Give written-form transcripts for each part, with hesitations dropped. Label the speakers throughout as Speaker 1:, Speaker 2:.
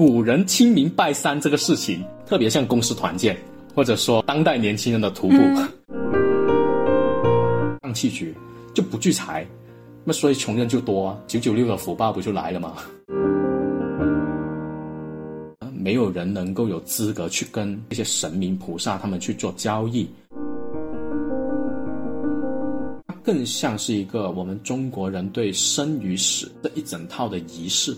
Speaker 1: 古人清明拜山这个事情特别像公司团建，或者说当代年轻人的徒步。放弃局就不聚财，那所以穷人就多啊，996的福报不就来了吗？没有人能够有资格去跟这些神明菩萨他们去做交易，更像是一个我们中国人对生与死这一整套的仪式。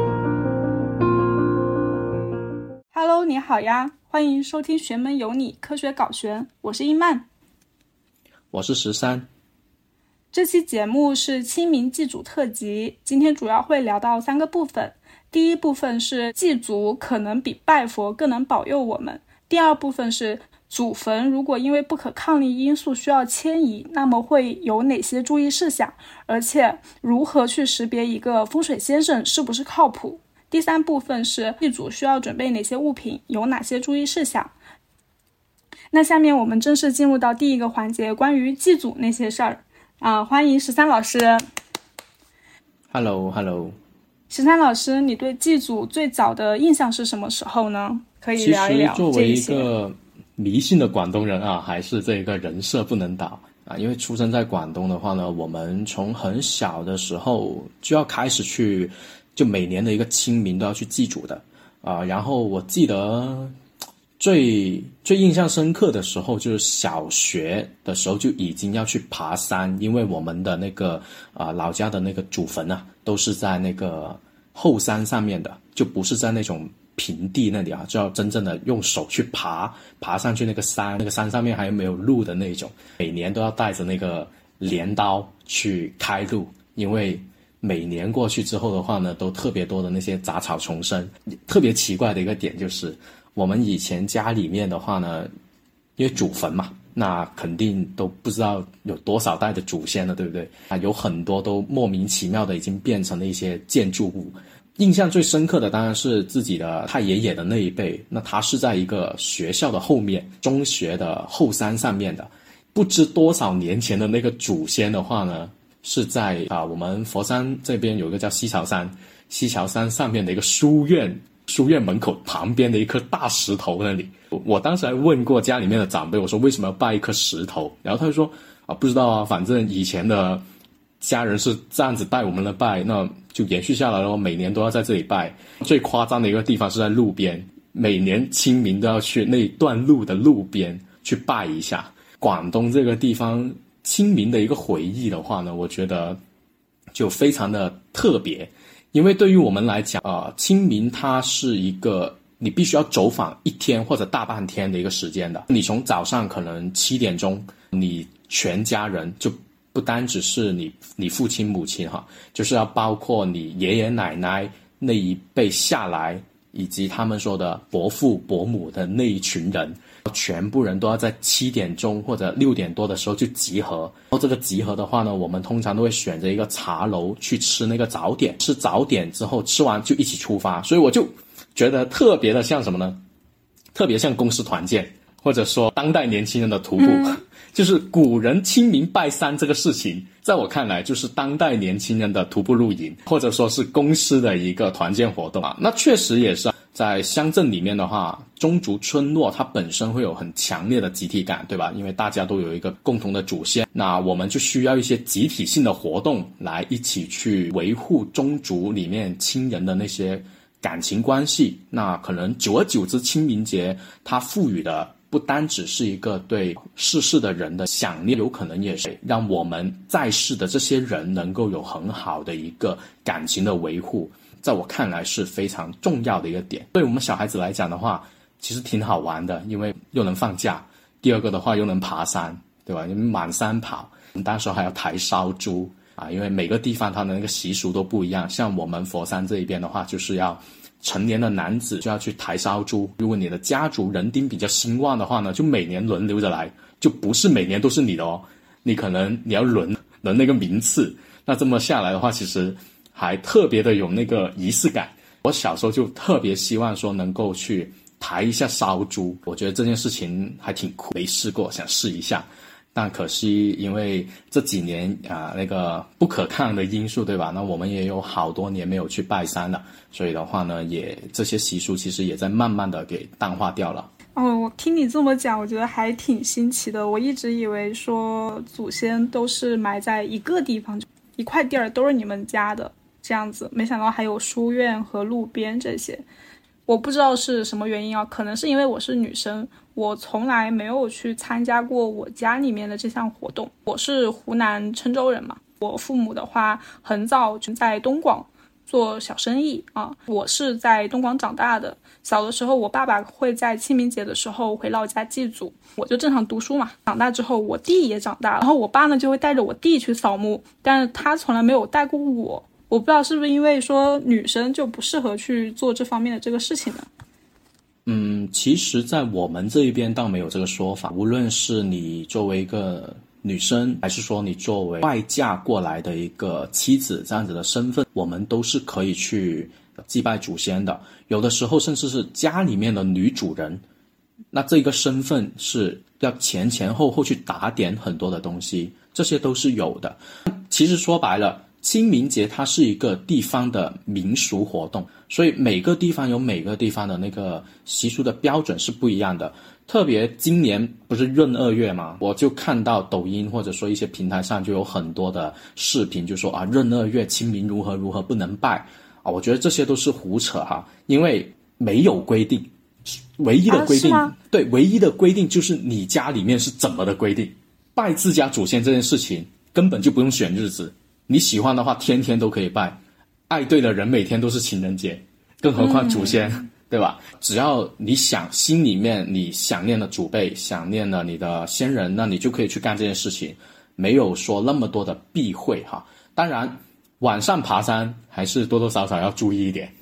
Speaker 2: Hello， 你好呀，欢迎收听学门有你，科学搞玄，我是英曼，
Speaker 1: 我是13。
Speaker 2: 这期节目是清明祭祖特辑，今天主要会聊到3个部分。第一部分是祭祖可能比拜佛更能保佑我们，第二部分是祖坟如果因为不可抗力因素需要迁移，那么会有哪些注意事项，而且如何去识别一个风水先生是不是靠谱。第三部分是祭祖需要准备哪些物品，有哪些注意事项。那下面我们正式进入到第一个环节，关于祭祖那些事儿。欢迎13老师。
Speaker 1: Hello。
Speaker 2: 13老师，你对祭祖最早的印象是什么时候呢？可以聊一聊这一些。
Speaker 1: 其实作为一个迷信的广东人啊，还是这个人设不能倒啊。因为出生在广东的话呢，我们从很小的时候就要开始去，就每年的一个清明都要去祭祖的啊。然后我记得最印象深刻的时候，就是小学的时候就已经要去爬山，因为我们的那个老家的那个祖坟啊，都是在那个后山上面的，就不是在那种平地那里啊，就要真正的用手去爬上去那个山，那个山上面还没有路的那种。每年都要带着那个镰刀去开路，因为每年过去之后的话呢，都特别多的那些杂草丛生。特别奇怪的一个点就是，我们以前家里面的话呢，因为祖坟嘛，那肯定都不知道有多少代的祖先了，对不对？有很多都莫名其妙的已经变成了一些建筑物。印象最深刻的当然是自己的太爷爷的那一辈，那他是在一个学校的后面，中学的后山上面的。不知多少年前的那个祖先的话呢，是在我们佛山这边有一个叫西樵山上面的一个书院门口旁边的一颗大石头那里。我当时还问过家里面的长辈，我说为什么要拜一颗石头，然后他就说不知道啊，反正以前的家人是这样子带我们的拜，那就延续下来了，每年都要在这里拜。最夸张的一个地方是在路边，每年清明都要去那段路的路边去拜一下。广东这个地方清明的一个回忆的话呢，我觉得就非常的特别。因为对于我们来讲清明它是一个你必须要走访1天或者大半天的一个时间的。你从早上可能7点钟，你全家人就不单只是你父亲母亲就是要包括你爷爷奶奶那一辈下来，以及他们说的伯父伯母的那一群人，全部人都要在7点钟或者6点多的时候去集合。然后这个集合的话呢，我们通常都会选择一个茶楼去吃那个早点，吃早点之后吃完就一起出发。所以我就觉得特别的像什么呢？特别像公司团建，或者说当代年轻人的徒步。就是古人清明拜山这个事情，在我看来就是当代年轻人的徒步露营，或者说是公司的一个团建活动那确实也是在乡镇里面的话，宗族村落它本身会有很强烈的集体感，对吧？因为大家都有一个共同的祖先，那我们就需要一些集体性的活动来一起去维护宗族里面亲人的那些感情关系。那可能久而久之，清明节它赋予的不单只是一个对逝世的人的想念，有可能也是让我们在世的这些人能够有很好的一个感情的维护，在我看来是非常重要的一个点。对我们小孩子来讲的话，其实挺好玩的，因为又能放假，第二个的话又能爬山，对吧？因为满山跑，当时还要抬烧猪因为每个地方它的那个习俗都不一样。像我们佛山这一边的话，就是要成年的男子就要去抬烧猪。如果你的家族人丁比较兴旺的话呢，就每年轮流着来，就不是每年都是你的你可能你要轮那个名次。那这么下来的话，其实还特别的有那个仪式感。我小时候就特别希望说能够去抬一下烧猪，我觉得这件事情还挺酷，没试过，想试一下。 但可惜因为这几年那个不可抗的因素，对吧？那我们也有好多年没有去拜山了，所以的话呢，也这些习俗其实也在慢慢的给淡化掉了。
Speaker 2: 我听你这么讲，我觉得还挺新奇的。我一直以为说祖先都是埋在一个地方，一块地儿都是你们家的这样子，没想到还有书院和路边这些。我不知道是什么原因啊，可能是因为我是女生，我从来没有去参加过我家里面的这项活动。我是湖南郴州人嘛，我父母的话很早就在东莞做小生意啊，我是在东莞长大的。小的时候，我爸爸会在清明节的时候回老家祭祖，我就正常读书嘛。长大之后，我弟也长大了，然后我爸呢就会带着我弟去扫墓，但是他从来没有带过我。我不知道是不是因为说女生就不适合去做这方面的这个事情呢？
Speaker 1: 其实在我们这一边倒没有这个说法，无论是你作为一个女生，还是说你作为外嫁过来的一个妻子这样子的身份，我们都是可以去祭拜祖先的。有的时候甚至是家里面的女主人，那这个身份是要前后后去打点很多的东西，这些都是有的。其实说白了，清明节它是一个地方的民俗活动，所以每个地方有每个地方的那个习俗的标准是不一样的。特别今年不是闰2月嘛，我就看到抖音或者说一些平台上就有很多的视频，就说闰2月清明如何如何不能拜我觉得这些都是胡扯哈，因为没有规定，唯一的规定对，唯一的规定就是你家里面是怎么的规定。拜自家祖先这件事情根本就不用选日子，你喜欢的话天天都可以拜，爱对的人每天都是情人节，更何况祖先对吧？只要你想心里面你想念的祖辈，想念了你的先人，那你就可以去干这件事情，没有说那么多的避讳哈。当然晚上爬山还是多多少少要注意一点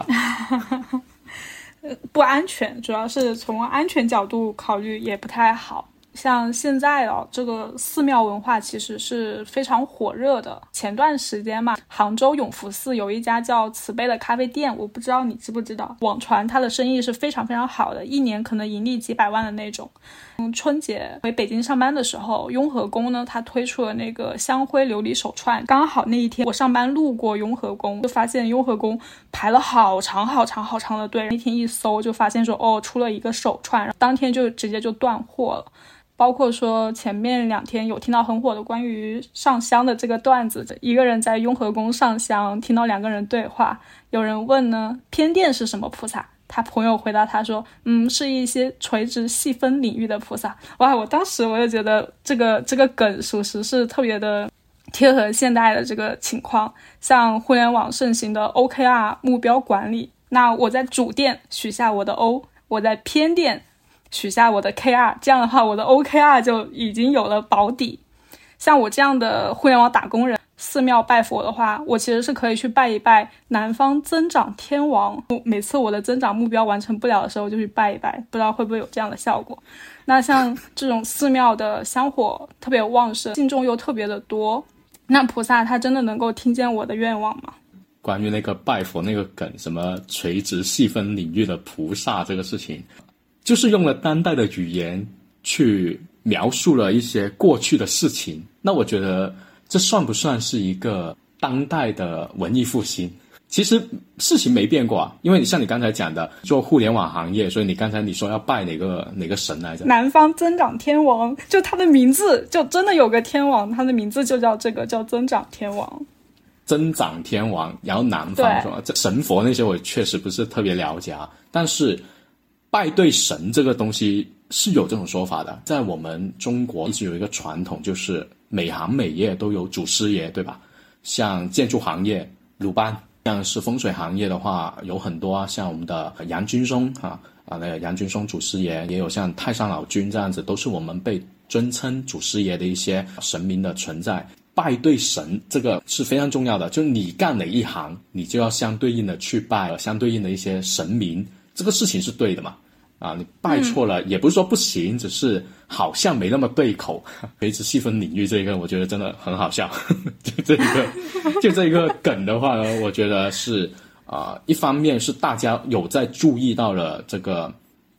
Speaker 2: 不安全，主要是从安全角度考虑也不太好。像现在这个寺庙文化其实是非常火热的。前段时间嘛，杭州永福寺有一家叫慈悲的咖啡店，我不知道你知不知道，网传它的生意是非常非常好的，一年可能盈利几百万的那种。春节回北京上班的时候，雍和宫呢它推出了那个香灰琉璃手串，刚好那一天我上班路过雍和宫，就发现雍和宫排了好长好长好长的队，那天一搜就发现说出了一个手串，当天就直接就断货了。包括说前面2天有听到很火的关于上香的这个段子，一个人在雍和宫上香，听到2个人对话，有人问呢偏殿是什么菩萨，他朋友回答他说是一些垂直细分领域的菩萨。哇，我当时我就觉得这个梗属实是特别的贴合现代的这个情况。像互联网盛行的 OKR 目标管理，那我在主殿许下我的 O， 我在偏殿许下我的 KR， 这样的话我的 OKR 就已经有了保底。像我这样的互联网打工人，寺庙拜佛的话，我其实是可以去拜一拜南方增长天王，每次我的增长目标完成不了的时候就去拜一拜，不知道会不会有这样的效果。那像这种寺庙的香火特别旺盛，信众又特别的多，那菩萨他真的能够听见我的愿望吗？
Speaker 1: 关于那个拜佛那个梗，什么垂直细分领域的菩萨这个事情，就是用了当代的语言去描述了一些过去的事情。那我觉得这算不算是一个当代的文艺复兴？其实事情没变过因为像你刚才讲的做互联网行业，所以你刚才你说要拜哪个神来着？
Speaker 2: 南方增长天王，就他的名字就真的有个天王，他的名字就叫这个，叫增长天王。
Speaker 1: 增长天王，然后南方是吧？这神佛那些我确实不是特别了解但是拜对神这个东西是有这种说法的。在我们中国一直有一个传统，就是每行每业都有祖师爷，对吧？像建筑行业鲁班，像是风水行业的话有很多像我们的杨君松那个杨君松祖师爷，也有像太上老君这样子，都是我们被尊称祖师爷的一些神明的存在。拜对神这个是非常重要的，就是你干哪一行，你就要相对应的去拜相对应的一些神明，这个事情是对的嘛？你拜错了也不是说不行，只是好像没那么对口。垂直细分领域这个我觉得真的很好笑就这个梗的话呢，我觉得是一方面是大家有在注意到了这个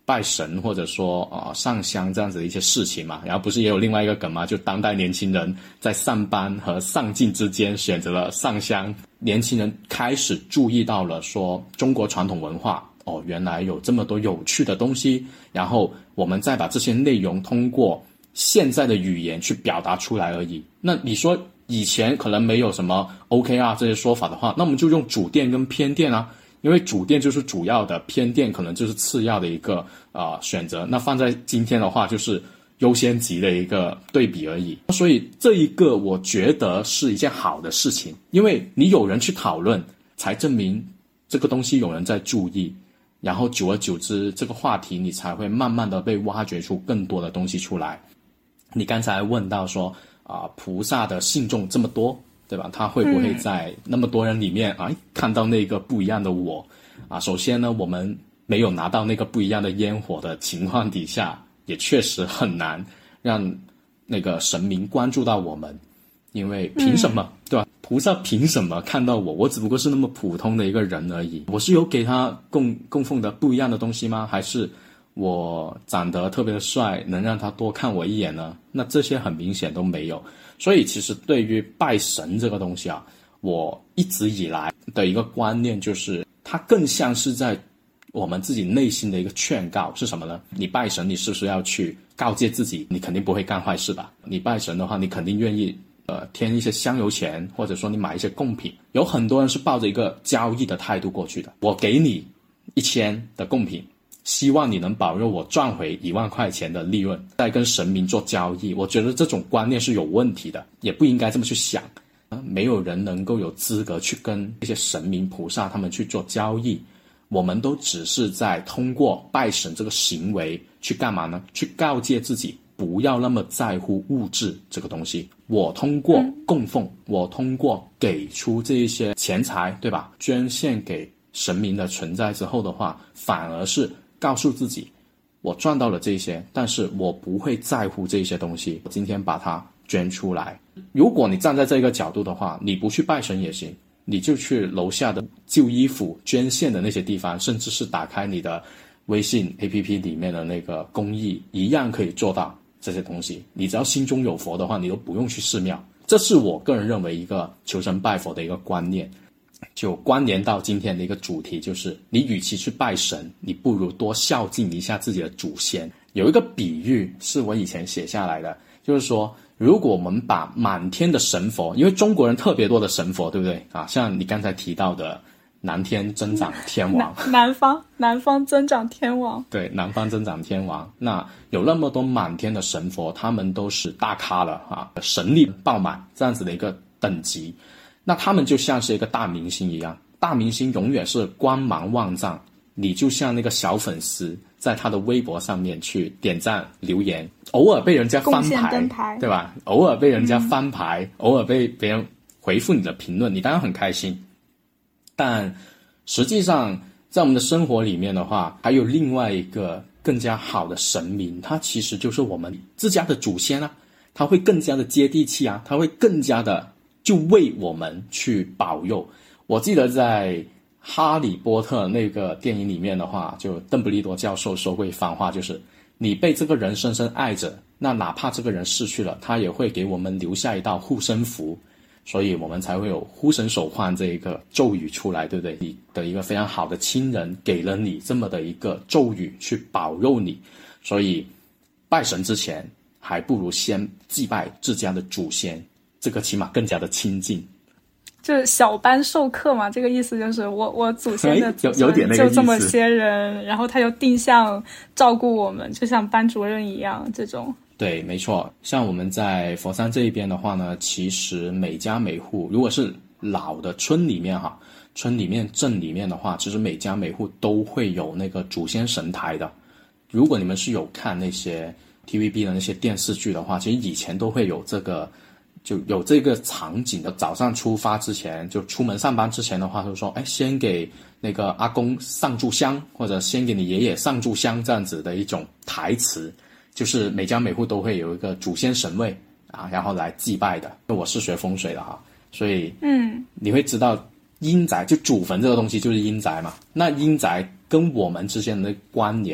Speaker 1: 拜神或者说上香这样子的一些事情嘛。然后不是也有另外一个梗嘛，就当代年轻人在上班和上进之间选择了上香，年轻人开始注意到了说中国传统文化原来有这么多有趣的东西，然后我们再把这些内容通过现在的语言去表达出来而已。那你说以前可能没有什么 OKR 这些说法的话，那我们就用主店跟偏店啊，因为主店就是主要的，偏店可能就是次要的一个选择。那放在今天的话，就是优先级的一个对比而已。所以这一个我觉得是一件好的事情，因为你有人去讨论，才证明这个东西有人在注意，然后久而久之，这个话题你才会慢慢的被挖掘出更多的东西出来。你刚才问到说菩萨的信众这么多，对吧？他会不会在那么多人里面看到那个不一样的我首先呢，我们没有拿到那个不一样的烟火的情况底下，也确实很难让那个神明关注到我们。因为凭什么，对吧？菩萨凭什么看到我？我只不过是那么普通的一个人而已。我是有给他供奉的不一样的东西吗？还是我长得特别的帅，能让他多看我一眼呢？那这些很明显都没有。所以其实对于拜神这个东西我一直以来的一个观念就是，它更像是在我们自己内心的一个劝告。是什么呢？你拜神，你是不是要去告诫自己，你肯定不会干坏事吧？你拜神的话，你肯定愿意添一些香油钱，或者说你买一些贡品。有很多人是抱着一个交易的态度过去的，我给你1000的贡品，希望你能保佑我赚回1万块钱的利润，再跟神明做交易。我觉得这种观念是有问题的，也不应该这么去想。没有人能够有资格去跟这些神明菩萨他们去做交易，我们都只是在通过拜神这个行为去干嘛呢？去告诫自己不要那么在乎物质这个东西。我通过供奉，我通过给出这一些钱财，对吧？捐献给神明的存在之后的话，反而是告诉自己，我赚到了这些，但是我不会在乎这些东西，我今天把它捐出来。如果你站在这个角度的话，你不去拜神也行，你就去楼下的旧衣服捐献的那些地方，甚至是打开你的微信 APP 里面的那个公益，一样可以做到这些东西。你只要心中有佛的话，你都不用去寺庙。这是我个人认为一个求神拜佛的一个观念。就关联到今天的一个主题，就是你与其去拜神，你不如多孝敬一下自己的祖先。有一个比喻是我以前写下来的，就是说如果我们把满天的神佛，因为中国人特别多的神佛，对不对像你刚才提到的南天增长天王，
Speaker 2: 南方增长天王，
Speaker 1: 对，南方增长天王。那有那么多满天的神佛，他们都是大咖了神力爆满这样子的一个等级。那他们就像是一个大明星一样，大明星永远是光芒万丈，你就像那个小粉丝，在他的微博上面去点赞留言，偶尔被人家翻牌，对吧？偶尔被人家翻牌，偶尔被别人回复你的评论，你当然很开心。但实际上在我们的生活里面的话，还有另外一个更加好的神明，他其实就是我们自家的祖先他会更加的接地气他会更加的就为我们去保佑。我记得在哈利波特那个电影里面的话，就邓布利多教授说过一番话，就是你被这个人深深爱着，那哪怕这个人逝去了，他也会给我们留下一道护身符，所以我们才会有护神守患这一个咒语出来，对不对？你的一个非常好的亲人给了你这么的一个咒语去保佑你，所以拜神之前还不如先祭拜自家的祖先，这个起码更加的亲近。
Speaker 2: 就是小班授课嘛，这个意思就是我祖先的祖
Speaker 1: 有点那个意思，
Speaker 2: 就这么些人，然后他又定向照顾我们，就像班主任一样这种。
Speaker 1: 对，没错。像我们在佛山这一边的话呢，其实每家每户，如果是老的村里面村里面镇里面的话，其实每家每户都会有那个祖先神台的。如果你们是有看那些 TVB 的那些电视剧的话，其实以前都会有这个，就有这个场景的。早上出发之前，就出门上班之前的话，就说先给那个阿公上炷香，或者先给你爷爷上炷香，这样子的一种台词，就是每家每户都会有一个祖先神位然后来祭拜的。我是学风水的所以你会知道阴宅就祖坟这个东西就是阴宅嘛。那阴宅跟我们之间的关联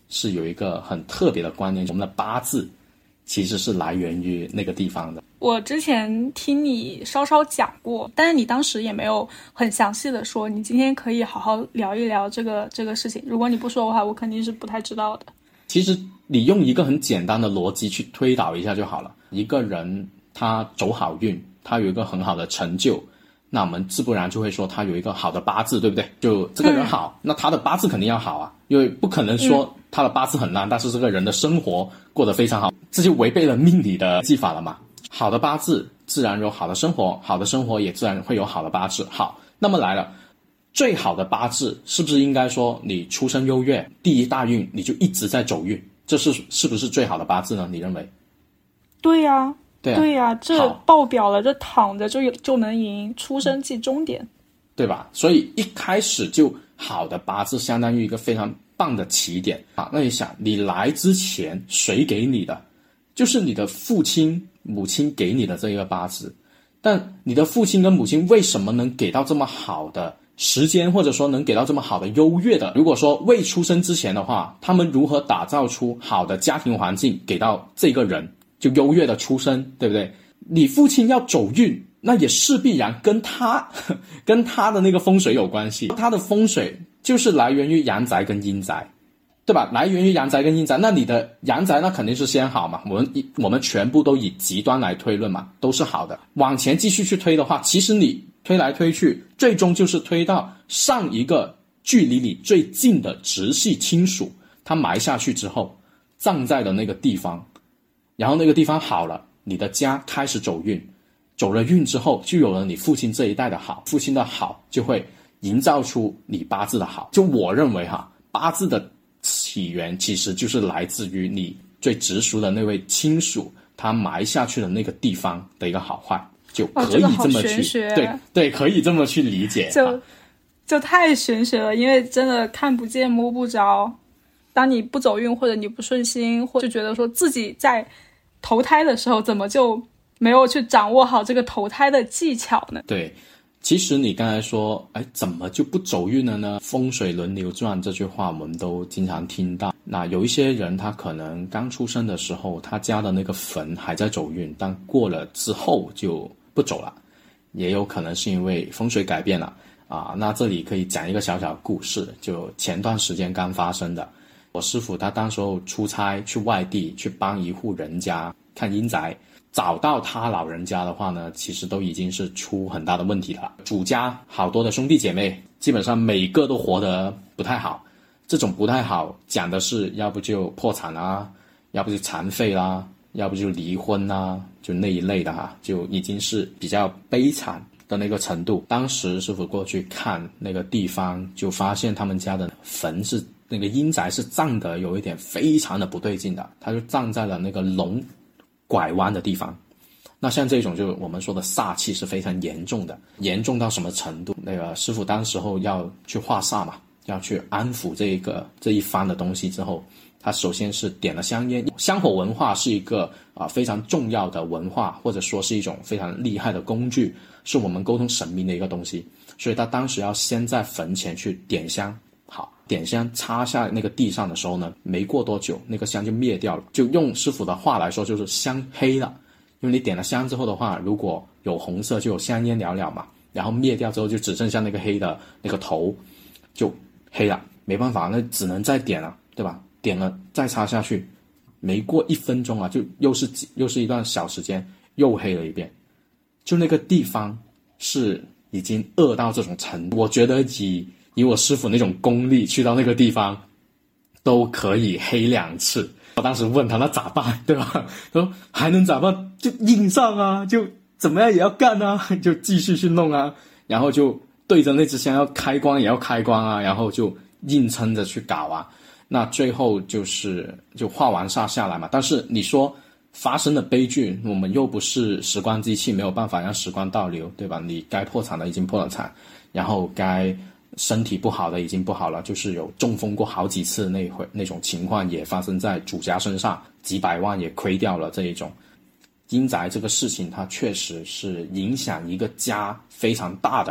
Speaker 1: 是有一个很特别的观念，我们的八字其实是来源于那个地方的。
Speaker 2: 我之前听你稍稍讲过，但是你当时也没有很详细的说，你今天可以好好聊一聊这个事情。如果你不说的话，我肯定是不太知道的。
Speaker 1: 其实你用一个很简单的逻辑去推导一下就好了。一个人他走好运，他有一个很好的成就，那我们自不然就会说他有一个好的八字，对不对？就这个人好，那他的八字肯定要好啊，因为不可能说他的八字很烂，但是这个人的生活过得非常好，这就违背了命理的技法了嘛。好的八字自然有好的生活，好的生活也自然会有好的八字。好，那么来了，最好的八字是不是应该说你出生优越，第一大运你就一直在走运，这是不是最好的八字呢？你认为？
Speaker 2: 对呀，
Speaker 1: 对呀，
Speaker 2: 这爆表了，这躺着就能赢，出生即终点，
Speaker 1: 对吧？所以一开始就好的八字相当于一个非常棒的起点啊。那你想，你来之前谁给你的？就是你的父亲母亲给你的这一个八字。但你的父亲跟母亲为什么能给到这么好的时间，或者说能给到这么好的优越的？如果说未出生之前的话，他们如何打造出好的家庭环境给到这个人就优越的出生，对不对？你父亲要走运，那也势必然跟他的那个风水有关系。他的风水就是来源于阳宅跟阴宅，对吧？来源于阳宅跟阴宅，那你的阳宅那肯定是先好嘛，我们全部都以极端来推论嘛，都是好的。往前继续去推的话，其实你推来推去，最终就是推到上一个距离你最近的直系亲属，他埋下去之后葬在的那个地方，然后那个地方好了，你的家开始走运，走了运之后就有了你父亲这一代的好，父亲的好就会营造出你八字的好。就我认为八字的起源其实就是来自于你最直属的那位亲属他埋下去的那个地方的一个好坏，就可以这么去、对，可以这么去理解。
Speaker 2: 就太玄学了，因为真的看不见摸不着。当你不走运或者你不顺心，或者就觉得说自己在投胎的时候怎么就没有去掌握好这个投胎的技巧呢？
Speaker 1: 对，其实你刚才说怎么就不走运了呢？风水轮流转这句话我们都经常听到。那有一些人他可能刚出生的时候他家的那个坟还在走运，但过了之后就不走了，也有可能是因为风水改变了啊。那这里可以讲一个小小故事，就前段时间刚发生的。我师傅他当时候出差去外地去帮一户人家看阴宅，找到他老人家的话呢，其实都已经是出很大的问题了。主家好多的兄弟姐妹基本上每个都活得不太好，这种不太好讲的是要不就破产啦，要不就残废啦，要不就离婚啦，就那一类的就已经是比较悲惨的那个程度。当时师傅过去看那个地方，就发现他们家的坟是那个阴宅是葬的有一点非常的不对劲的，他就葬在了那个龙拐弯的地方。那像这种就我们说的煞气是非常严重的，严重到什么程度？那个师傅当时候要去化煞嘛，要去安抚这一番的东西之后，他首先是点了香烟。香火文化是一个非常重要的文化，或者说是一种非常厉害的工具，是我们沟通神明的一个东西。所以他当时要先在坟前去点香。好，点香插下那个地上的时候呢，没过多久那个香就灭掉了。就用师傅的话来说，就是香黑了。因为你点了香之后的话，如果有红色就有香烟袅袅嘛，然后灭掉之后就只剩下那个黑的那个头，就黑了，没办法，那只能再点了，对吧？点了再插下去，没过1分钟就又是一段小时间，又黑了一遍。就那个地方是已经恶到这种程度，我觉得以我师傅那种功力去到那个地方都可以黑2次。我当时问他那咋办，对吧？他说还能咋办，就硬上啊，就怎么样也要干啊，就继续去弄啊，然后就对着那支香要开光也要开光啊，然后就硬撑着去搞啊。那最后就化完煞下来嘛。但是你说发生的悲剧，我们又不是时光机器，没有办法让时光倒流，对吧？你该破产的已经破了产，然后该身体不好的已经不好了，就是有中风过好几次那种情况也发生在主家身上，几百万也亏掉了。这一种阴宅这个事情它确实是影响一个家非常大的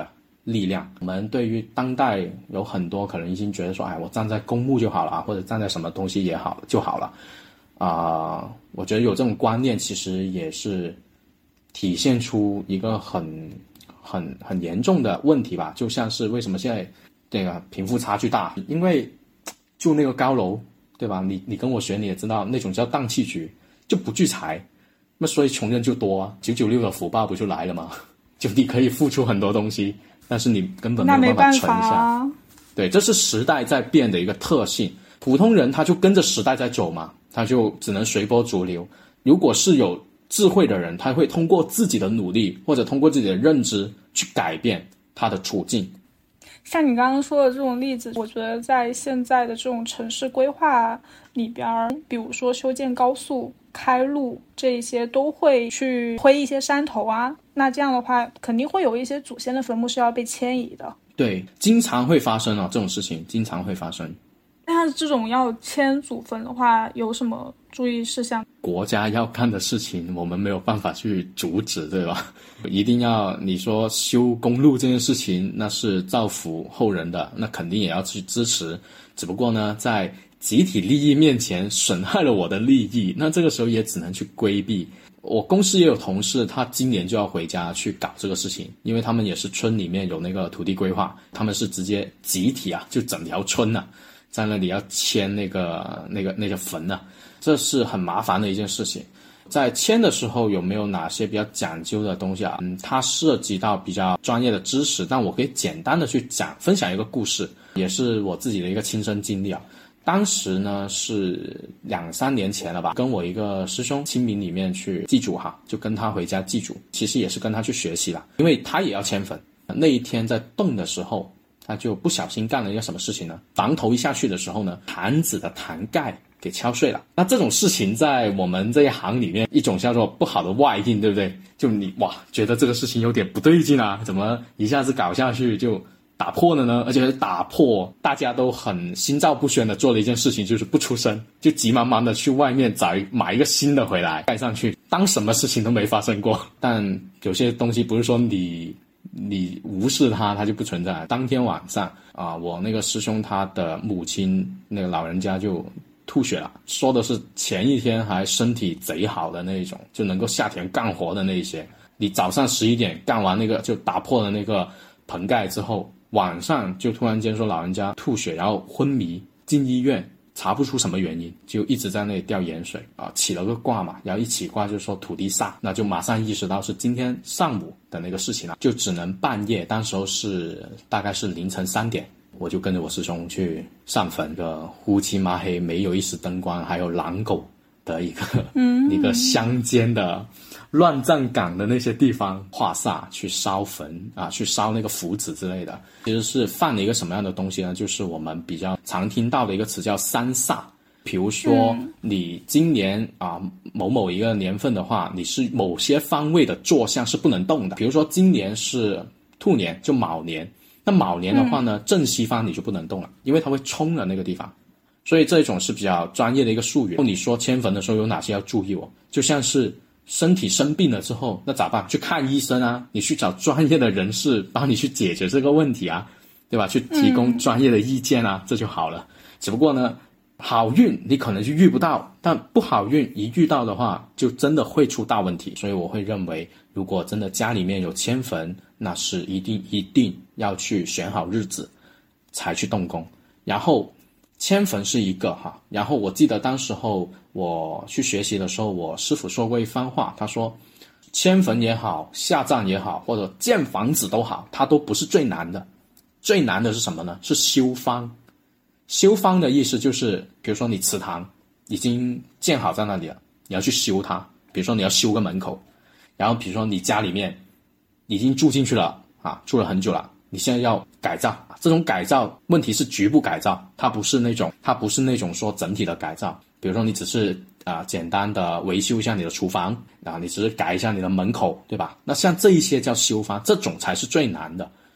Speaker 1: 力量。我们对于当代有很多可能已经觉得说，哎，我站在公墓就好了，或者站在什么东西也好就好了。我觉得有这种观念，其实也是体现出一个很严重的问题吧。就像是为什么现在这个贫富差距大，因为住那个高楼，对吧？你跟我学你也知道，那种叫荡气局，就不聚财，那所以穷人就多啊，996的福报不就来了吗？就你可以付出很多东西，但是你根本没有办法存下。对，这是时代在变的一个特性。普通人他就跟着时代在走嘛，他就只能随波逐流。如果是有智慧的人，他会通过自己的努力或者通过自己的认知去改变他的处境。
Speaker 2: 像你刚刚说的这种例子，我觉得在现在的这种城市规划里边，比如说修建高速、开路，这一些都会去推一些山头啊，那这样的话肯定会有一些祖先的坟墓是要被迁移的。
Speaker 1: 对，经常会发生这种事情经常会发生。
Speaker 2: 那这种要迁祖坟的话，有什么注意事项？
Speaker 1: 国家要干的事情，我们没有办法去阻止，对吧？一定要你说修公路这件事情，那是造福后人的，那肯定也要去支持。只不过呢，在集体利益面前损害了我的利益，那这个时候也只能去规避。我公司也有同事，他今年就要回家去搞这个事情，因为他们也是村里面有那个土地规划，他们是直接集体就整条村在那里要迁那个坟这是很麻烦的一件事情。在迁的时候有没有哪些比较讲究的东西它涉及到比较专业的知识，但我可以简单的去分享一个故事，也是我自己的一个亲身经历当时呢是2-3年前了吧，跟我一个师兄清明里面去祭祖就跟他回家祭祖，其实也是跟他去学习啦，因为他也要迁坟。那一天在动的时候，他就不小心干了一个什么事情呢？房头一下去的时候呢，坛子的坛盖给敲碎了。那这种事情在我们这一行里面，一种叫做不好的外应，对不对？就你觉得这个事情有点不对劲怎么一下子搞下去就打破了呢？而且打破大家都很心照不宣的做了一件事情，就是不出声，就急忙忙的去外面买一个新的回来盖上去，当什么事情都没发生过。但有些东西不是说你无视它就不存在。当天晚上我那个师兄他的母亲那个老人家就吐血了，说的是前一天还身体贼好的那一种，就能够下田干活的那一些，你早上11点干完那个就打破了那个盆盖之后，晚上就突然间说老人家吐血，然后昏迷进医院，查不出什么原因，就一直在那里掉盐水起了个卦嘛，然后一起卦就说土地煞，那就马上意识到是今天上午的那个事情就只能半夜，当时候是大概是凌晨3点，我就跟着我师兄去上坟，个乌漆麻黑，没有一丝灯光，还有狼狗的一个乡间的乱葬岗的那些地方化煞，去烧坟去烧那个符纸之类的。其实是犯了一个什么样的东西呢？就是我们比较常听到的一个词叫三煞。比如说你今年某某一个年份的话，你是某些方位的坐向是不能动的。比如说今年是兔年，就卯年，那卯年的话呢，正西方你就不能动了，因为它会冲了那个地方。所以这种是比较专业的一个术语。你说迁坟的时候有哪些要注意就像是身体生病了之后，那咋办？去看医生你去找专业的人士帮你去解决这个问题对吧？去提供专业的意见这就好了。只不过呢，好运你可能就遇不到，但不好运一遇到的话，就真的会出大问题。所以我会认为，如果真的家里面有迁坟，那是一定要去选好日子才去动工。然后迁坟是一个然后我记得当时候我去学习的时候，我师傅说过一番话，他说迁坟也好，下葬也好，或者建房子都好，它都不是最难的。最难的是什么呢？是修方。修方的意思就是，比如说你祠堂已经建好在那里了，你要去修它。比如说你要修个门口，然后比如说你家里面已经住进去了住了很久了，你现在要改造。这种改造问题是局部改造，它不是那种说整体的改造。比如说你只是简单的维修一下你的厨房你只是改一下你的门口，对吧？那像这一些叫修方，这种才是最难的。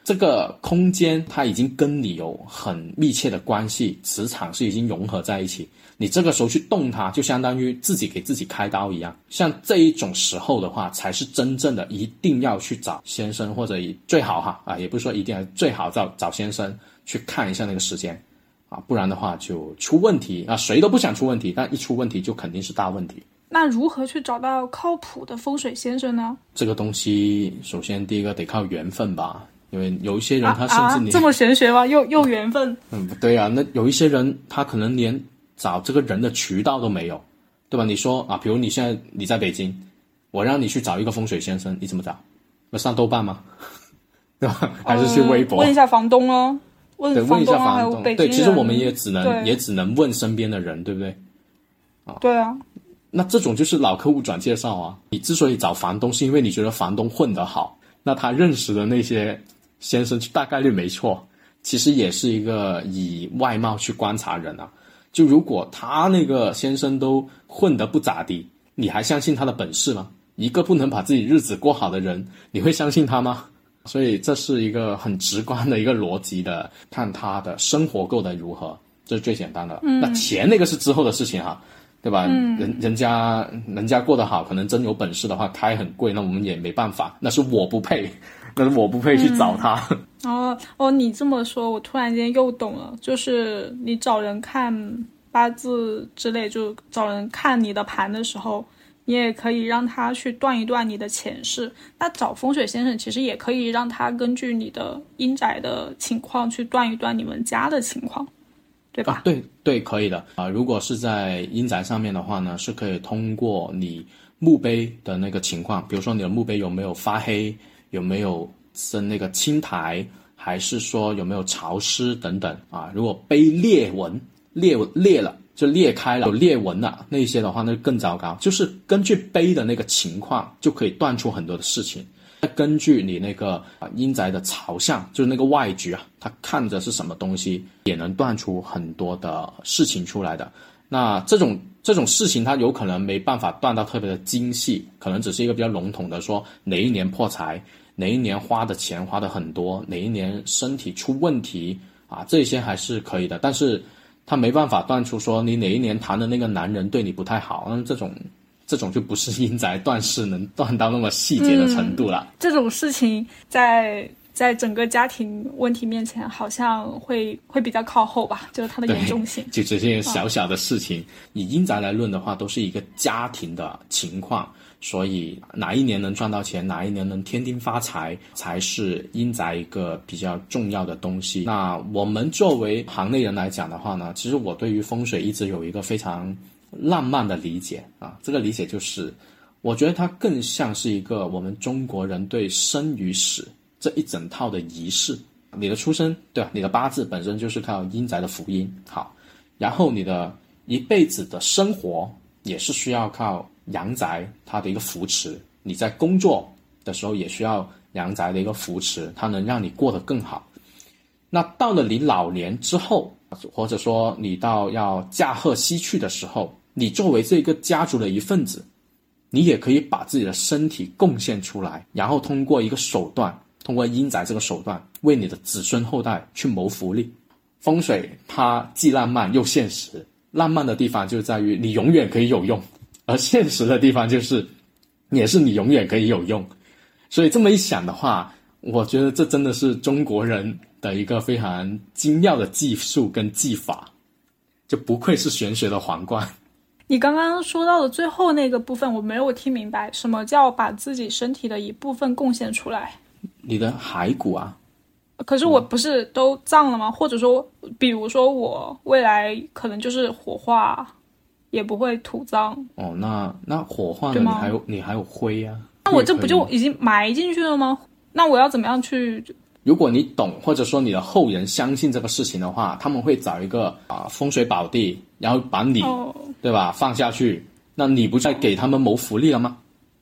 Speaker 1: 这个空间它已经跟你有很密切的关系，磁场是已经融合在一起，你这个时候去动它，就相当于自己给自己开刀一样。像这一种时候的话，才是真正的一定要去找先生，或者最好也不是说一定要，最好找先生去看一下那个时间不然的话就出问题谁都不想出问题，但一出问题就肯定是大问题。
Speaker 2: 那如何去找到靠谱的风水先生呢？
Speaker 1: 这个东西首先第一个得靠缘分吧，因为有一些人他甚至
Speaker 2: 这么玄学吗？又缘分？
Speaker 1: 对啊，那有一些人他可能连找这个人的渠道都没有，对吧？你说比如你现在你在北京，我让你去找一个风水先生，你怎么找？那上豆瓣吗？对吧？还是去微博？
Speaker 2: 问一下房东哦，问
Speaker 1: 一下房东。
Speaker 2: 还有北京人。
Speaker 1: 对，其实我们也只能问身边的人，对不对？
Speaker 2: 对啊。
Speaker 1: 那这种就是老客户转介绍啊。你之所以找房东，是因为你觉得房东混得好，那他认识的那些先生大概率没错。其实也是一个以外貌去观察人啊。就如果他那个先生都混得不咋地，你还相信他的本事吗？一个不能把自己日子过好的人，你会相信他吗？所以这是一个很直观的一个逻辑的，看他的生活过得如何，这是最简单的。那钱那个是之后的事情对吧？人家过得好，可能真有本事的话开很贵，那我们也没办法，那是我不配去找他。
Speaker 2: 你这么说我突然间又懂了，就是你找人看八字之类，就找人看你的盘的时候，你也可以让他去断一断你的前世。那找风水先生其实也可以让他根据你的阴宅的情况去断一断你们家的情况，对吧？
Speaker 1: 对，可以的如果是在阴宅上面的话呢，是可以通过你墓碑的那个情况，比如说你的墓碑有没有发黑，有没有生那个青苔，还是说有没有潮湿等等如果碑裂纹裂了，就裂开了，有裂纹了，那些的话那就更糟糕。就是根据碑的那个情况就可以断出很多的事情。根据你那个阴宅的朝向，就是那个外局它看着是什么东西，也能断出很多的事情出来的。那这种事情它有可能没办法断到特别的精细，可能只是一个比较笼统的说哪一年破财，哪一年花的钱花的很多，哪一年身体出问题这些还是可以的。但是他没办法断出说你哪一年谈的那个男人对你不太好，这种就不是阴宅断事能断到那么细节的程度了。
Speaker 2: 这种事情在整个家庭问题面前好像会比较靠后吧，就是它的严重性。
Speaker 1: 就这些小小的事情以阴宅来论的话都是一个家庭的情况，所以哪一年能赚到钱，哪一年能天丁发财，才是阴宅一个比较重要的东西。那我们作为行内人来讲的话呢，其实我对于风水一直有一个非常浪漫的理解这个理解就是我觉得它更像是一个我们中国人对生与死这一整套的仪式。你的出生，对吧？你的八字本身就是靠阴宅的福音，好，然后你的一辈子的生活也是需要靠阳宅它的一个扶持，你在工作的时候也需要阳宅的一个扶持，它能让你过得更好。那到了你老年之后，或者说你到要驾鹤西去的时候，你作为这个家族的一份子，你也可以把自己的身体贡献出来，然后通过一个手段，通过阴宅这个手段，为你的子孙后代去谋福利。风水它既浪漫又现实，浪漫的地方就在于你永远可以有用，而现实的地方就是也是你永远可以有用。所以这么一想的话，我觉得这真的是中国人的一个非常精妙的技术跟技法，就不愧是玄学的皇冠。
Speaker 2: 你刚刚说到的最后那个部分我没有听明白，什么叫把自己身体的一部分贡献出来？
Speaker 1: 你的骸骨
Speaker 2: 可是我不是都葬了吗？或者说比如说我未来可能就是火化也不会土葬
Speaker 1: 那火化呢？你还有灰
Speaker 2: 那我这不就已经埋进去了吗？那我要怎么样去？
Speaker 1: 如果你懂，或者说你的后人相信这个事情的话，他们会找一个风水宝地，然后把你对吧放下去，那你不在给他们谋福利了吗？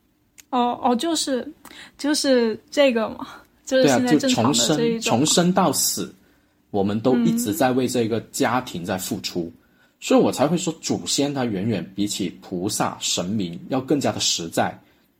Speaker 2: 就是这个嘛，就是现在正常的这一种
Speaker 1: 从生到死，我们都一直在为这个家庭在付出，所以我才会说祖先他远远比起菩萨神明要更加的实在。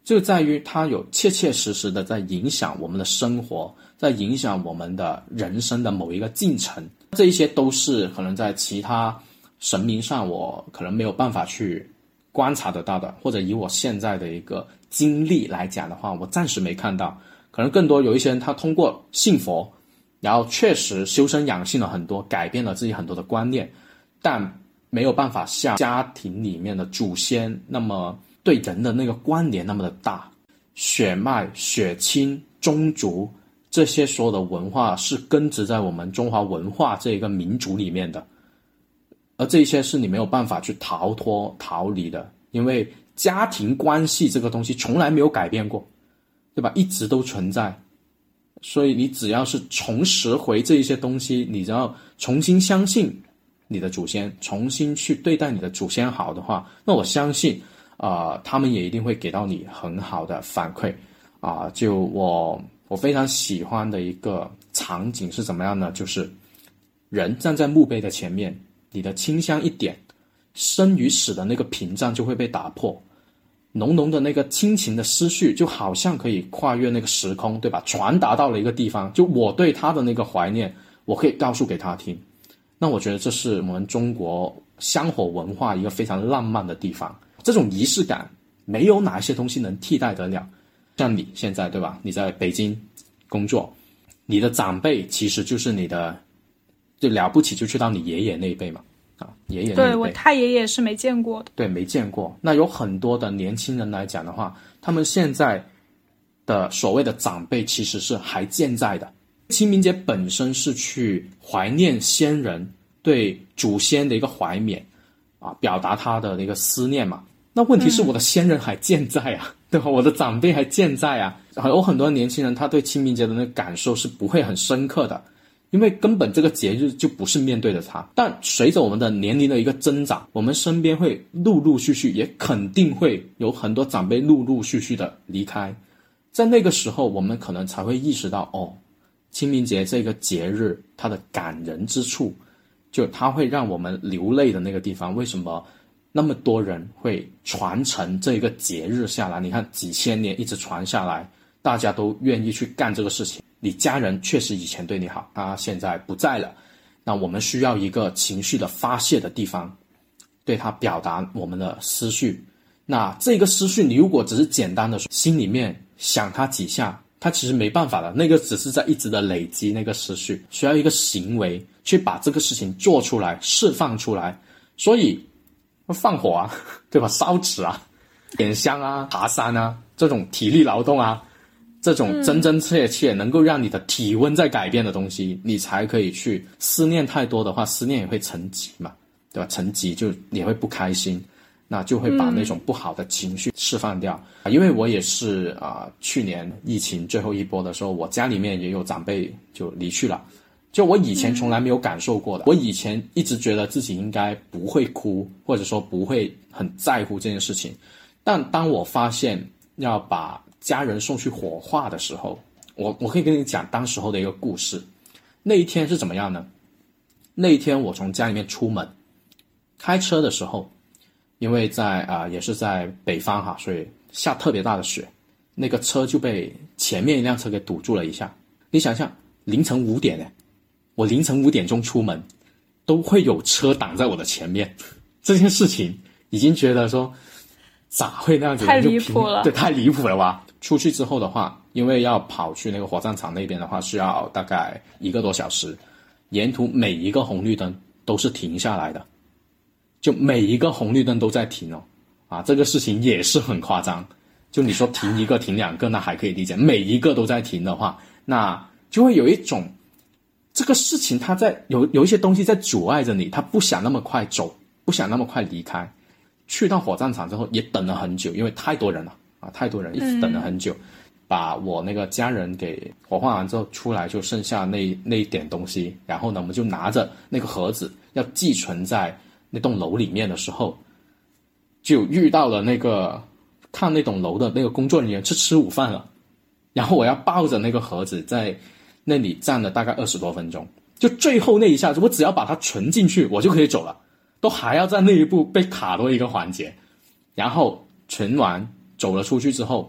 Speaker 1: 就在于它有切切实实的在影响我们的生活，在影响我们的人生的某一个进程。这一些都是可能在其他神明上我可能没有办法去观察得到的，或者以我现在的一个经历来讲的话，我暂时没看到。可能更多有一些人他通过信佛，然后确实修身养性了很多，改变了自己很多的观念，但没有办法像家庭里面的祖先那么对人的那个关联那么的大。血脉、血亲、宗族，这些所有的文化是根植在我们中华文化这一个民族里面的，而这些是你没有办法去逃脱逃离的，因为家庭关系这个东西从来没有改变过，对吧？一直都存在。所以你只要是重拾回这一些东西，你只要重新相信你的祖先，重新去对待你的祖先好的话，那我相信他们也一定会给到你很好的反馈。就我非常喜欢的一个场景是怎么样呢？就是人站在墓碑的前面，你的清香一点，生与死的那个屏障就会被打破，浓浓的那个亲情的思绪就好像可以跨越那个时空，对吧？传达到了一个地方，就我对他的那个怀念，我可以告诉给他听。那我觉得这是我们中国香火文化一个非常浪漫的地方，这种仪式感没有哪一些东西能替代得了。像你现在，对吧？你在北京工作，你的长辈其实就是你的，就了不起就去到你爷爷那一辈嘛，爷爷那一辈。
Speaker 2: 对，我太爷爷是没见过的。
Speaker 1: 对，没见过。那有很多的年轻人来讲的话，他们现在的所谓的长辈其实是还健在的。清明节本身是去怀念先人，对祖先的一个怀缅表达他的那个思念嘛。那问题是我的先人还健在啊，对吧？我的长辈还健在啊。有很多年轻人他对清明节的那个感受是不会很深刻的，因为根本这个节日就不是面对着它。但随着我们的年龄的一个增长，我们身边会陆陆续续，也肯定会有很多长辈陆陆续续的离开。在那个时候，我们可能才会意识到，清明节这个节日它的感人之处，就它会让我们流泪的那个地方，为什么那么多人会传承这个节日下来？你看几千年一直传下来，大家都愿意去干这个事情。你家人确实以前对你好，他现在不在了，那我们需要一个情绪的发泄的地方，对他表达我们的思绪。那这个思绪你如果只是简单的心里面想他几下，他其实没办法的，那个只是在一直的累积那个思绪，需要一个行为去把这个事情做出来，释放出来。所以放火啊，对吧？烧纸啊，点香啊，爬山啊，这种体力劳动啊，这种真真切切能够让你的体温在改变的东西，你才可以去。思念太多的话，思念也会成疾嘛，对吧？成疾就你会不开心，那就会把那种不好的情绪释放掉。因为我也是去年疫情最后一波的时候，我家里面也有长辈就离去了，就我以前从来没有感受过的。我以前一直觉得自己应该不会哭，或者说不会很在乎这件事情，但当我发现要把家人送去火化的时候，我可以跟你讲当时候的一个故事。那一天是怎么样呢？那一天我从家里面出门开车的时候，因为也是在北方哈，所以下特别大的雪，那个车就被前面一辆车给堵住了一下。你想想，凌晨5点呢，我凌晨5点钟出门，都会有车挡在我的前面，这件事情已经觉得说咋会那样子？
Speaker 2: 太离谱了。
Speaker 1: 对，太离谱了吧。出去之后的话，因为要跑去那个火葬场那边的话，需要大概1个多小时，沿途每一个红绿灯都是停下来的，就每一个红绿灯都在停这个事情也是很夸张。就你说停1个停2个那还可以理解，每一个都在停的话，那就会有一种这个事情它在有一些东西在阻碍着你，他不想那么快走，不想那么快离开。去到火葬场之后也等了很久，因为太多人了太多人一直等了很久。把我那个家人给火化完之后出来，就剩下那一点东西，然后呢我们就拿着那个盒子要寄存在那栋楼里面的时候，就遇到了那个看那栋楼的那个工作人员去吃午饭了，然后我要抱着那个盒子在那里站了大概20多分钟，就最后那一下子我只要把它存进去我就可以走了，都还要在那一步被卡多一个环节。然后存完走了出去之后，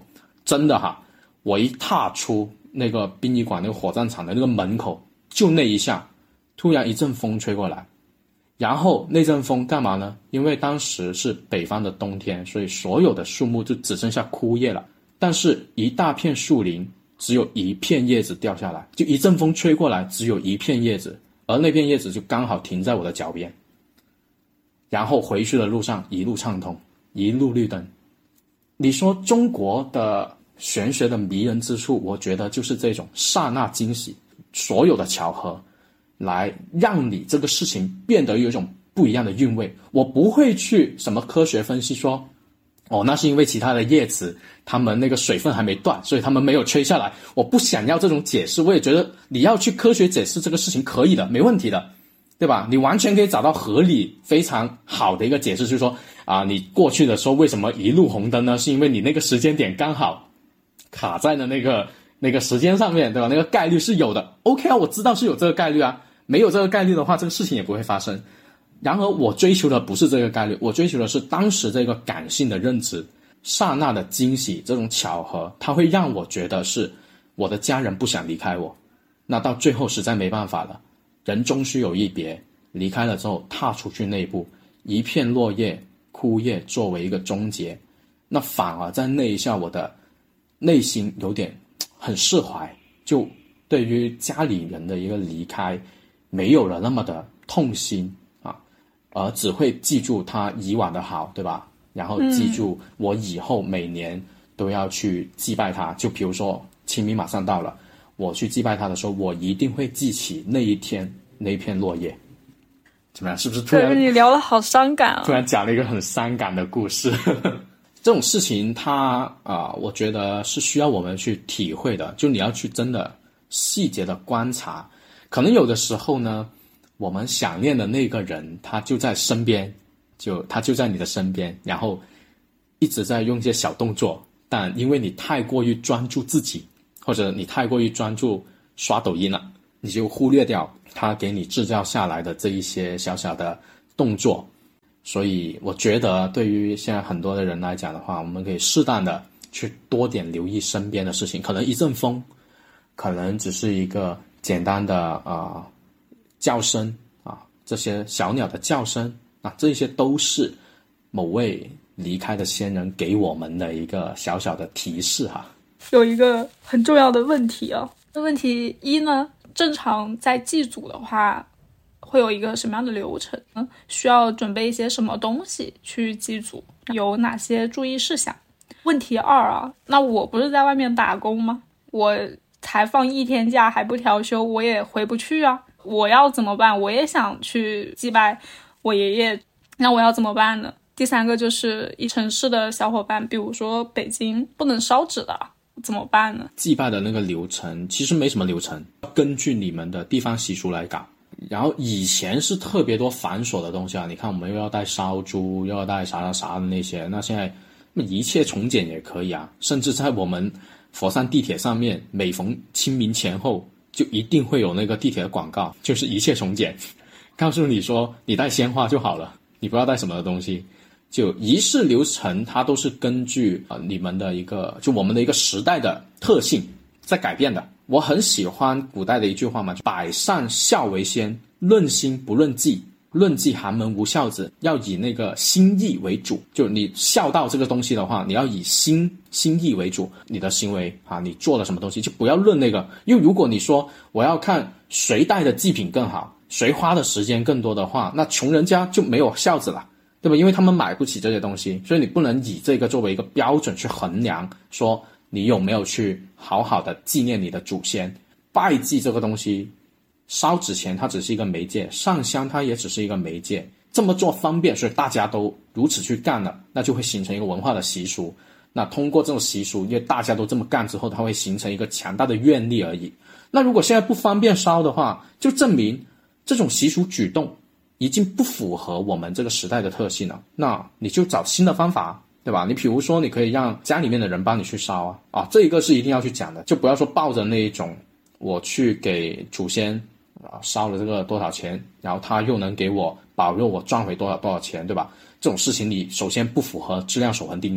Speaker 1: 真的哈，我一踏出那个殡仪馆那个火葬场的那个门口，就那一下，突然一阵风吹过来，然后那阵风干嘛呢？因为当时是北方的冬天，所以所有的树木就只剩下枯叶了，但是一大片树林只有一片叶子掉下来，就一阵风吹过来，只有一片叶子，而那片叶子就刚好停在我的脚边，然后回去的路上一路畅通，一路绿灯。你说中国的玄学的迷人之处，我觉得就是这种刹那惊喜，所有的巧合来让你这个事情变得有一种不一样的韵味。我不会去什么科学分析说那是因为其他的叶子他们那个水分还没断，所以他们没有吹下来。我不想要这种解释，我也觉得你要去科学解释这个事情可以的，没问题的，对吧？你完全可以找到合理非常好的一个解释，就是说你过去的时候为什么一路红灯呢？是因为你那个时间点刚好卡在了那个时间上面，对吧？那个概率是有的。OK 啊，我知道是有这个概率啊，没有这个概率的话，这个事情也不会发生。然而我追求的不是这个概率，我追求的是当时这个感性的认知，刹那的惊喜，这种巧合，它会让我觉得是我的家人不想离开我。那到最后实在没办法了，人终须有一别，离开了之后踏出去那一步，一片落叶枯叶作为一个终结，那反而在那一下我的内心有点很释怀，就对于家里人的一个离开没有了那么的痛心而只会记住他以往的好，对吧？然后记住我以后每年都要去祭拜他，就比如说清明马上到了，我去祭拜他的时候，我一定会记起那一天那一片落叶。怎么样？是不是突然？
Speaker 2: 对，你聊了好伤感啊！
Speaker 1: 突然讲了一个很伤感的故事。这种事情它我觉得是需要我们去体会的，就你要去真的细节的观察。可能有的时候呢，我们想念的那个人他就在身边，他就在你的身边，然后一直在用一些小动作，但因为你太过于专注自己，或者你太过于专注刷抖音了，你就忽略掉他给你制造下来的这一些小小的动作。所以我觉得对于现在很多的人来讲的话，我们可以适当的去多点留意身边的事情，可能一阵风，可能只是一个简单的叫声这些小鸟的叫声这些都是某位离开的先人给我们的一个小小的提示哈。
Speaker 2: 有一个很重要的问题问题一呢，正常在祭祖的话会有一个什么样的流程呢？需要准备一些什么东西去祭祖？有哪些注意事项？问题二那我不是在外面打工吗？我才放1天假还不调休，我也回不去我要怎么办？我也想去祭拜我爷爷，那我要怎么办呢？第三个就是一城市的小伙伴，比如说北京不能烧纸的，怎么办呢？
Speaker 1: 祭拜的那个流程其实没什么流程，根据你们的地方习俗来搞。然后以前是特别多繁琐的东西你看我们又要带烧猪，又要带啥的那些，那现在一切从简也可以甚至在我们佛山地铁上面，每逢清明前后就一定会有那个地铁的广告，就是一切从简，告诉你说你带鲜花就好了，你不要带什么的东西。就仪式流程它都是根据你们的一个就我们的一个时代的特性在改变的。我很喜欢古代的一句话嘛，百善孝为先，论心不论迹，论迹寒门无孝子，要以那个心意为主。就你孝道这个东西的话，你要以心意为主，你的行为你做了什么东西就不要论那个。因为如果你说我要看谁带的祭品更好，谁花的时间更多的话，那穷人家就没有孝子了，对吧？因为他们买不起这些东西，所以你不能以这个作为一个标准去衡量说你有没有去好好的纪念你的祖先。拜祭这个东西，烧纸钱它只是一个媒介，上香它也只是一个媒介，这么做方便，所以大家都如此去干了，那就会形成一个文化的习俗。那通过这种习俗，因为大家都这么干之后，它会形成一个强大的愿力而已。那如果现在不方便烧的话，就证明这种习俗举动已经不符合我们这个时代的特性了，那你就找新的方法，对吧？你比如说你可以让家里面的人帮你去烧这一个是一定要去讲的，就不要说抱着那一种我去给祖先烧了这个多少钱，然后他又能给我保佑我赚回多少钱，对吧？这种事情你首先不符合质量守恒定律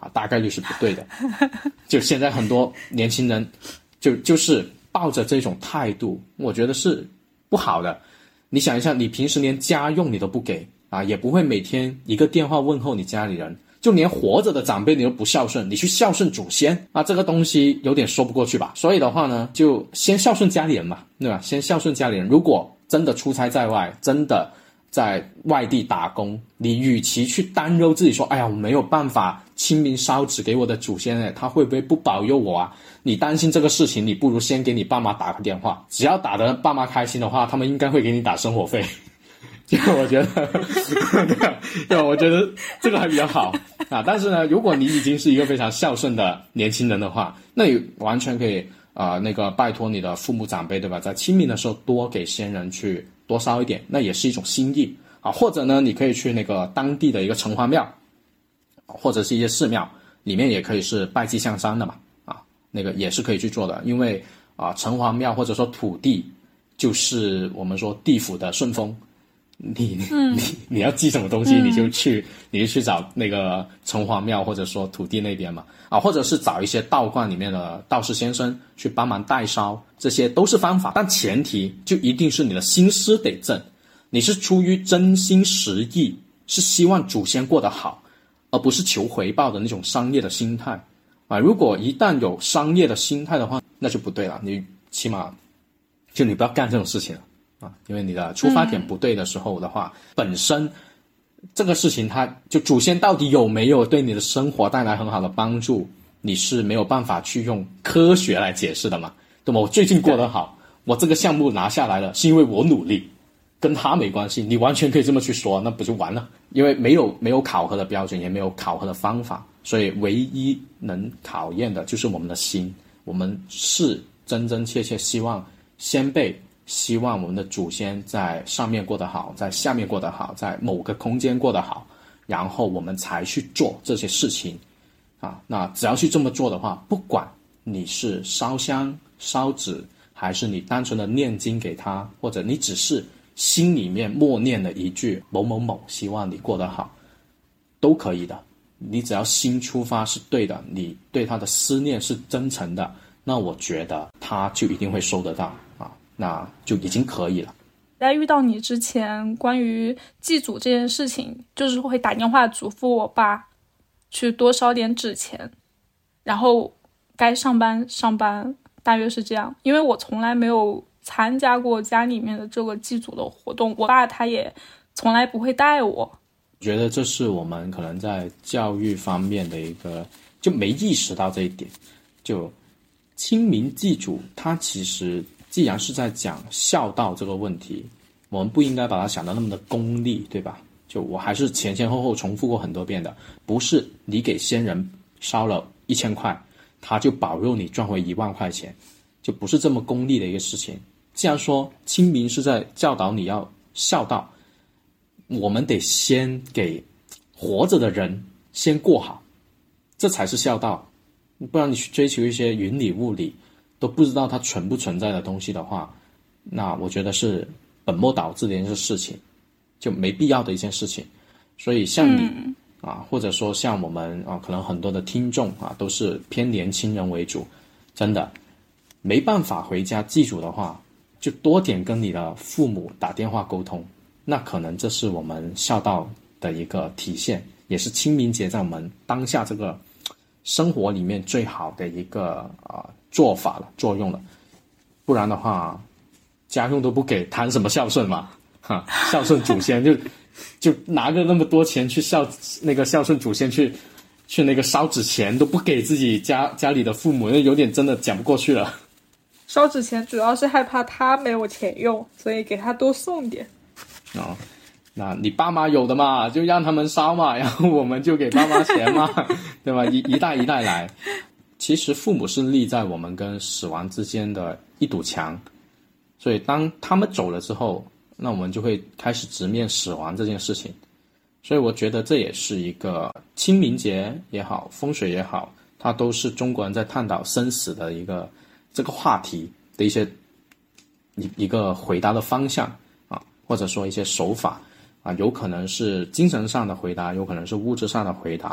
Speaker 1: 啊，大概率是不对的。就现在很多年轻人就是抱着这种态度，我觉得是不好的。你想一下，你平时连家用你都不给啊，也不会每天一个电话问候你家里人，就连活着的长辈你都不孝顺，你去孝顺祖先啊，这个东西有点说不过去吧。所以的话呢，就先孝顺家里人嘛，对吧？先孝顺家里人。如果真的出差在外，真的在外地打工，你与其去担忧自己说，哎呀，我没有办法清明烧纸给我的祖先，他会不会不保佑我啊？你担心这个事情，你不如先给你爸妈打个电话，只要打得爸妈开心的话，他们应该会给你打生活费。这个我觉得对，我觉得这个还比较好啊。但是呢，如果你已经是一个非常孝顺的年轻人的话，那你完全可以拜托你的父母长辈，对吧？在清明的时候多给先人去多烧一点，那也是一种心意啊。或者呢，你可以去那个当地的一个城隍庙，或者是一些寺庙，里面也可以是拜祭象山的嘛，啊，那个也是可以去做的。因为城隍庙或者说土地就是我们说地府的顺风。你要祭什么东西，你就去找那个城隍庙或者说土地那边嘛，啊，或者是找一些道观里面的道士先生去帮忙代烧，这些都是方法，但前提就一定是你的心思得正，你是出于真心实意，是希望祖先过得好，而不是求回报的那种商业的心态啊。如果一旦有商业的心态的话，那就不对了，你起码就你不要干这种事情了。因为你的出发点不对的时候的话，本身这个事情它就祖先到底有没有对你的生活带来很好的帮助，你是没有办法去用科学来解释的嘛，对吗？我最近过得好，我这个项目拿下来了，是因为我努力，跟他没关系。你完全可以这么去说，那不就完了？因为没有考核的标准，也没有考核的方法，所以唯一能考验的就是我们的心。我们是真真切切希望先辈希望我们的祖先在上面过得好，在下面过得好，在某个空间过得好，然后我们才去做这些事情啊。那只要去这么做的话，不管你是烧香烧纸，还是你单纯的念经给他，或者你只是心里面默念了一句某某某希望你过得好，都可以的。你只要心出发是对的，你对他的思念是真诚的，那我觉得他就一定会收得到啊，那就已经可以了。
Speaker 2: 在遇到你之前，关于祭祖这件事情，就是会打电话嘱咐我爸去多烧点纸钱，然后该上班上班，大约是这样。因为我从来没有参加过家里面的这个祭祖的活动，我爸他也从来不会带我。
Speaker 1: 我觉得这是我们可能在教育方面的一个就没意识到这一点。就清明祭祖，它其实既然是在讲孝道这个问题，我们不应该把它想得那么的功利，对吧？就我还是前前后后重复过很多遍的，不是你给先人烧了1000块，他就保佑你赚回10000块钱，就不是这么功利的一个事情。既然说清明是在教导你要孝道，我们得先给活着的人先过好，这才是孝道。不然你去追求一些云里雾里都不知道它存不存在的东西的话，那我觉得是本末倒置的一件事情，就没必要的一件事情。所以像你或者说像我们可能很多的听众都是偏年轻人为主，真的没办法回家祭祖的话，就多点跟你的父母打电话沟通，那可能这是我们孝道的一个体现，也是清明节在我们当下这个生活里面最好的一个做法了，作用了。不然的话，家用都不给，谈什么孝顺嘛？孝顺祖先就拿个那么多钱去孝顺祖先，去那个烧纸钱都不给自己家里的父母，那有点真的讲不过去了。
Speaker 2: 烧纸钱主要是害怕他没有钱用，所以给他多送点。
Speaker 1: 那你爸妈有的嘛，就让他们烧嘛，然后我们就给爸妈钱嘛，对吧？一代一代来。其实父母是立在我们跟死亡之间的一堵墙，所以当他们走了之后，那我们就会开始直面死亡这件事情。所以我觉得这也是一个清明节也好，风水也好，它都是中国人在探讨生死的一个这个话题的一个回答的方向或者说一些手法有可能是精神上的回答，有可能是物质上的回答，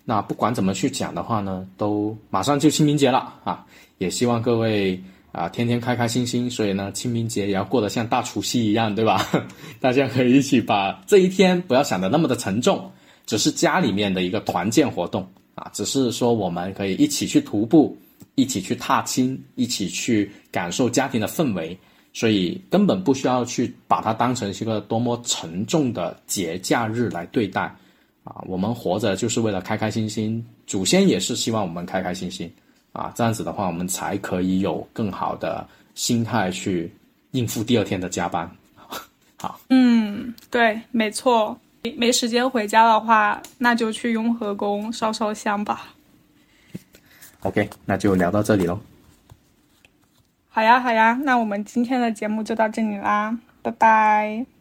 Speaker 1: 那不管怎么去讲的话呢，都马上就清明节了啊，也希望各位天天开开心心，所以呢，清明节也要过得像大除夕一样，对吧？大家可以一起把这一天不要想得那么的沉重，只是家里面的一个团建活动啊，只是说我们可以一起去徒步，一起去踏青，一起去感受家庭的氛围，所以根本不需要去把它当成是一个多么沉重的节假日来对待啊。我们活着就是为了开开心心，祖先也是希望我们开开心心啊，这样子的话，我们才可以有更好的心态去应付第二天的加班。好，
Speaker 2: 对，没错。没时间回家的话，那就去雍和宫烧烧香吧。
Speaker 1: OK， 那就聊到这里咯。
Speaker 2: 好呀，那我们今天的节目就到这里啦，拜拜。